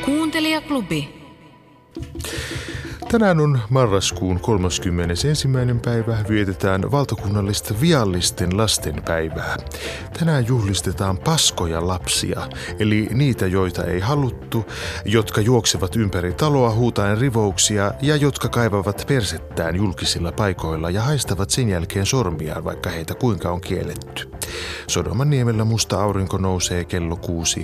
Kuuntelijaklubi. Tänään on marraskuun 31. päivä, vietetään valtakunnallista viallisten lasten päivää. Tänään juhlistetaan paskoja lapsia, eli niitä, joita ei haluttu, jotka juoksevat ympäri taloa huutaen rivouksia ja jotka kaivavat persettään julkisilla paikoilla ja haistavat sen jälkeen sormiaan, vaikka heitä kuinka on kielletty. Sodomanniemellä musta aurinko nousee kello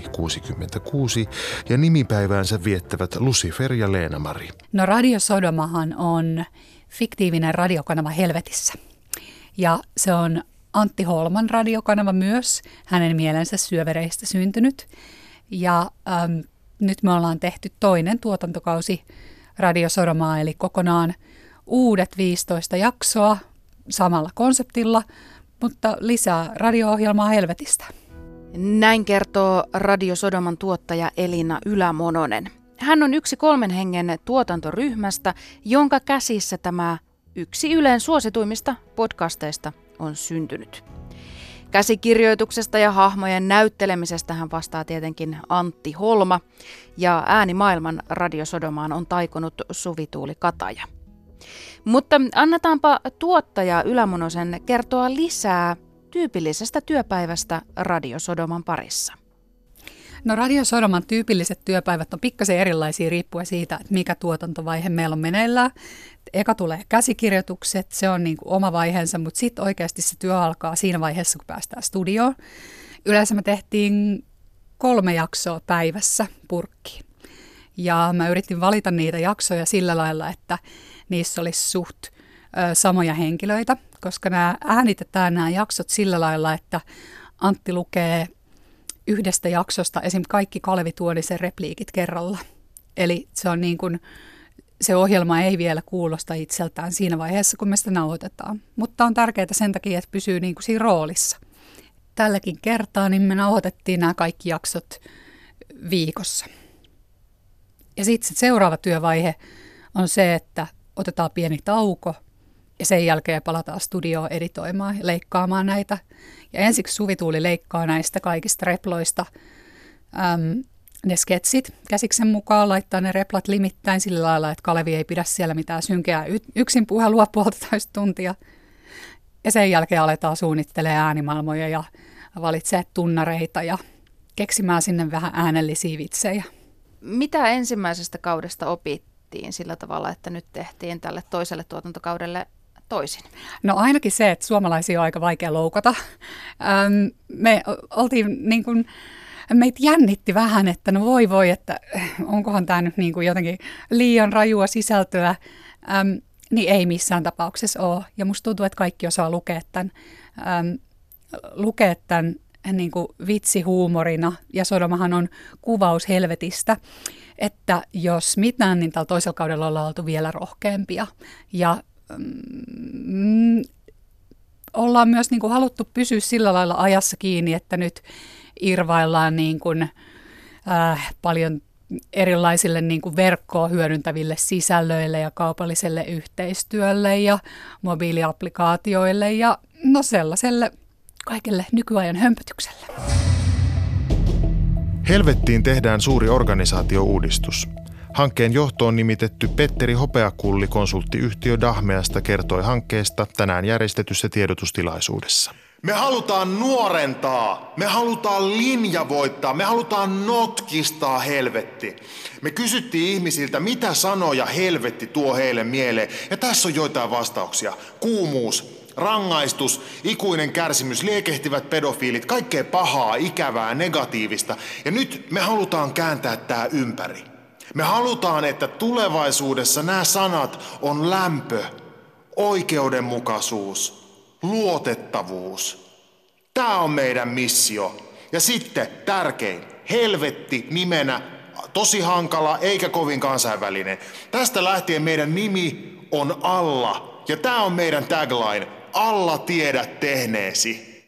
6.66 ja nimipäiväänsä viettävät Lucifer ja Leena-Mari. No Radio Sodomahan on fiktiivinen radiokanava helvetissä. Ja se on Antti Holman radiokanava myös, hänen mielensä syövereistä syntynyt. Ja nyt me ollaan tehty toinen tuotantokausi Radio Sodomaa, eli kokonaan uudet 15 jaksoa samalla konseptilla, mutta lisää radio-ohjelmaa helvetistä. Näin kertoo Radio Sodoman tuottaja Elina Ylämononen. Hän on yksi 3 hengen tuotantoryhmästä, jonka käsissä tämä yksi Ylen suosituimmista podcasteista on syntynyt. Käsikirjoituksesta ja hahmojen näyttelemisestä hän vastaa tietenkin Antti Holma ja äänimaailman Radio Sodomaan on taikonut Suvi-Tuuli Kataja. Mutta annetaanpa tuottaja Ylämonosen kertoa lisää tyypillisestä työpäivästä Radio Sodoman parissa. No Radio Sodoman tyypilliset työpäivät on pikkasen erilaisia riippuen siitä, että mikä tuotantovaihe meillä on meneillään. Eka tulee käsikirjoitukset, se on niin kuin oma vaiheensa, mutta sitten oikeasti se työ alkaa siinä vaiheessa, kun päästään studioon. Yleensä me tehtiin 3 jaksoa päivässä purkkiin. Ja mä yritin valita niitä jaksoja sillä lailla, että niissä olisi suht samoja henkilöitä, koska äänitetään nämä jaksot sillä lailla, että Antti lukee yhdestä jaksosta esim. Kaikki Kalevi Tuonisen repliikit kerralla. Eli se on niin kuin, se ohjelma ei vielä kuulosta itseltään siinä vaiheessa, kun me sitä nauhoitetaan. Mutta on tärkeää sen takia, että pysyy niin kuin siinä roolissa. Tälläkin kertaa niin me nauhoitettiin nämä kaikki jaksot viikossa. Ja sitten seuraava työvaihe on se, että otetaan pieni tauko ja sen jälkeen palataan studioon editoimaan ja leikkaamaan näitä. Ja ensiksi Suvi-Tuuli leikkaa näistä kaikista reploista ne sketsit käsiksen mukaan, laittaa ne replat limittäin sillä lailla, että Kalevi ei pidä siellä mitään synkeää yksin puhelua 1,5 tuntia. Ja sen jälkeen aletaan suunnittelemaan äänimaailmoja ja valitsee tunnareita ja keksimään sinne vähän äänellisiä vitsejä. Mitä ensimmäisestä kaudesta opittiin sillä tavalla, että nyt tehtiin tälle toiselle tuotantokaudelle toisin? No ainakin se, että suomalaisia on aika vaikea loukata. Me oltiin niin kuin, meitä jännitti vähän, että no voi, että onkohan tämä nyt niin kuin jotenkin liian rajua sisältöä, niin ei missään tapauksessa ole. Ja musta tuntuu, että kaikki osaa lukea tämän niin kuin vitsihuumorina, ja Sodomahan on kuvaus helvetistä, että jos mitään, niin tällä toisella kaudella ollaan oltu vielä rohkeampia. Ja ollaan myös niin kuin haluttu pysyä sillä lailla ajassa kiinni, että nyt irvaillaan niin kuin, paljon erilaisille niin kuin verkkoa hyödyntäville sisällöille ja kaupalliselle yhteistyölle ja mobiiliaplikaatioille ja no sellaiselle kaikelle nykyajan hömpötykselle. Helvettiin tehdään suuri organisaatiouudistus. Hankkeen johtoon nimitetty Petteri Hopeakulli konsulttiyhtiö Dahmeasta kertoi hankkeesta tänään järjestetyssä tiedotustilaisuudessa. Me halutaan nuorentaa, me halutaan linjavoittaa, me halutaan notkistaa helvetti. Me kysyttiin ihmisiltä, mitä sanoja helvetti tuo heille mieleen, ja tässä on joitain vastauksia. Kuumuus, rangaistus, ikuinen kärsimys, liekehtivät pedofiilit, kaikkea pahaa, ikävää, negatiivista. Ja nyt me halutaan kääntää tää ympäri. Me halutaan, että tulevaisuudessa nämä sanat on lämpö, oikeudenmukaisuus, luotettavuus. Tää on meidän missio. Ja sitten tärkein, helvetti nimenä, tosi hankala eikä kovin kansainvälinen. Tästä lähtien meidän nimi on Alla. Ja tää on meidän tagline, Alla tiedät tehneesi.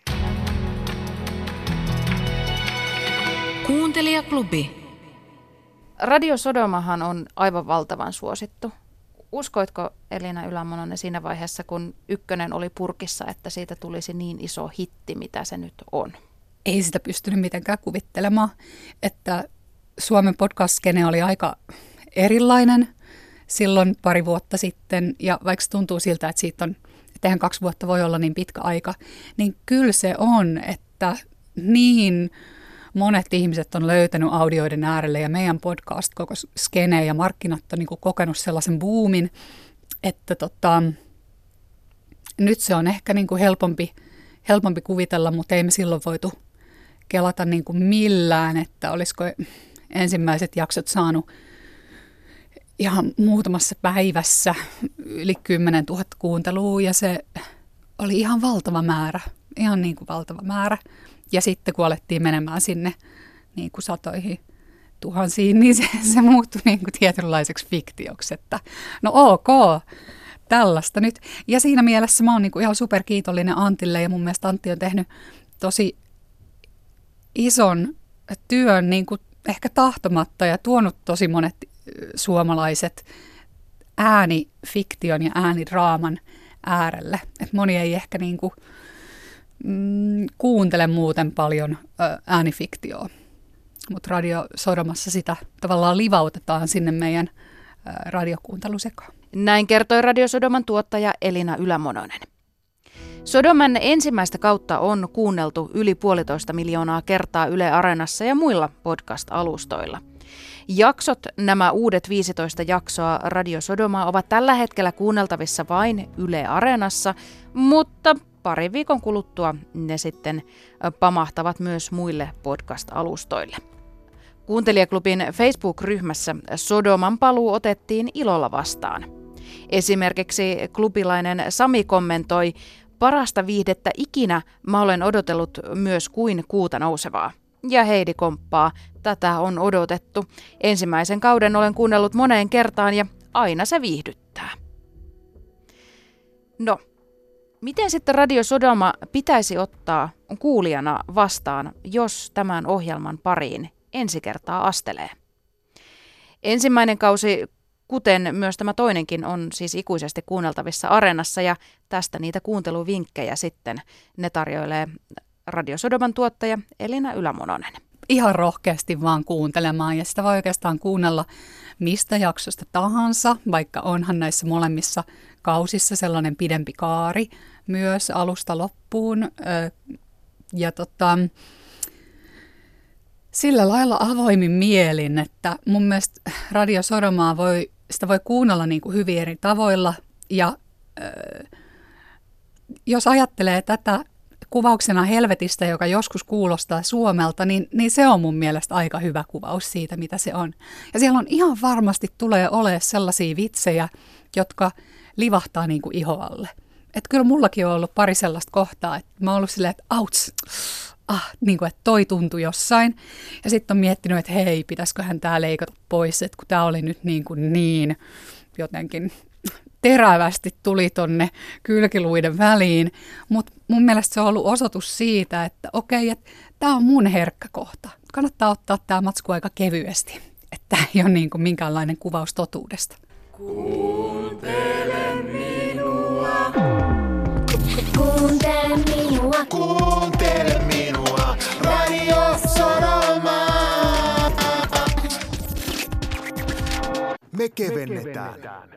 Kuuntelijaklubi. Radio Sodomahan on aivan valtavan suosittu. Uskoitko, Elina Ylämononen, siinä vaiheessa, kun ykkönen oli purkissa, että siitä tulisi niin iso hitti, mitä se nyt on? Ei sitä pystynyt mitenkään kuvittelemaan, että Suomen podcast-skene oli aika erilainen silloin pari vuotta sitten, ja vaikka tuntuu siltä, että siitä on, eihän 2 vuotta voi olla niin pitkä aika, niin kyllä se on, että niin monet ihmiset on löytänyt audioiden äärelle, ja meidän podcast, koko skene ja markkinat on niin kuin kokenut sellaisen boomin, että nyt se on ehkä niin kuin helpompi kuvitella, mutta ei me silloin voitu kelata niin kuin millään, että olisiko ensimmäiset jaksot saanut ihan muutamassa päivässä yli 10 000 kuuntelua, ja se oli ihan valtava määrä, ihan niin kuin valtava määrä. Ja sitten kun alettiin menemään sinne niin kuin satoihin tuhansiin, niin se muuttui niin kuin tietynlaiseksi fiktioksi, että no ok, tällaista nyt. Ja siinä mielessä mä oon niin kuin ihan superkiitollinen Antille, ja mun mielestä Antti on tehnyt tosi ison työn niin kuin ehkä tahtomatta ja tuonut tosi monet suomalaiset äänifiktion ja äänidraaman äärelle. Et moni ei ehkä niin kuin, kuuntele muuten paljon äänifiktioa, mutta Radio Sodomassa sitä tavallaan livautetaan sinne meidän radiokuuntelusekaan. Näin kertoi Radio Sodoman tuottaja Elina Ylämononen. Sodoman ensimmäistä kautta on kuunneltu yli 1,5 miljoonaa kertaa Yle Areenassa ja muilla podcast-alustoilla. Jaksot, nämä uudet 15 jaksoa Radio Sodomaa, ovat tällä hetkellä kuunneltavissa vain Yle Areenassa, mutta parin viikon kuluttua ne sitten pamahtavat myös muille podcast-alustoille. Kuuntelijaklubin Facebook-ryhmässä Sodoman paluu otettiin ilolla vastaan. Esimerkiksi klubilainen Sami kommentoi: "Parasta viihdettä ikinä mä olen odotellut myös kuin kuuta nousevaa." Ja Heidi komppaa: "Tätä on odotettu. Ensimmäisen kauden olen kuunnellut moneen kertaan ja aina se viihdyttää." No, miten sitten Radio Sodoma pitäisi ottaa kuulijana vastaan, jos tämän ohjelman pariin ensi kertaa astelee? Ensimmäinen kausi, kuten myös tämä toinenkin, on siis ikuisesti kuunneltavissa Areenassa, ja tästä niitä kuunteluvinkkejä sitten ne tarjoilee Radio Sodoman tuottaja Elina Ylämononen. Ihan rohkeasti vaan kuuntelemaan, ja sitä voi oikeastaan kuunnella mistä jaksosta tahansa, vaikka onhan näissä molemmissa kausissa sellainen pidempi kaari myös alusta loppuun. Ja sillä lailla avoimin mielin, että mun mielestä Radio Sodomaa voi kuunnella niin kuin hyvin eri tavoilla, ja jos ajattelee tätä kuvauksena helvetistä, joka joskus kuulostaa Suomelta, niin se on mun mielestä aika hyvä kuvaus siitä, mitä se on. Ja siellä on ihan varmasti tulee olemaan sellaisia vitsejä, jotka livahtaa niin kuin ihoalle. Että kyllä mullakin on ollut pari sellaista kohtaa, että mä oon ollut silleen, että auts, niin kuin, että toi tuntui jossain. Ja sitten on miettinyt, että hei, pitäisiköhän tää leikata pois, että kun tää oli nyt niin jotenkin terävästi tuli tonne kylkiluiden väliin. Mutta mun mielestä se on ollut osoitus siitä, että okei, että tää on mun herkkä kohta. Kannattaa ottaa tää matsku aika kevyesti, että ei ole niin kuin minkäänlainen kuvaus totuudesta. Kuuntele minua. Kuuntele minua. Kuuntele minua, Radio Sodoma. Me kevennetään.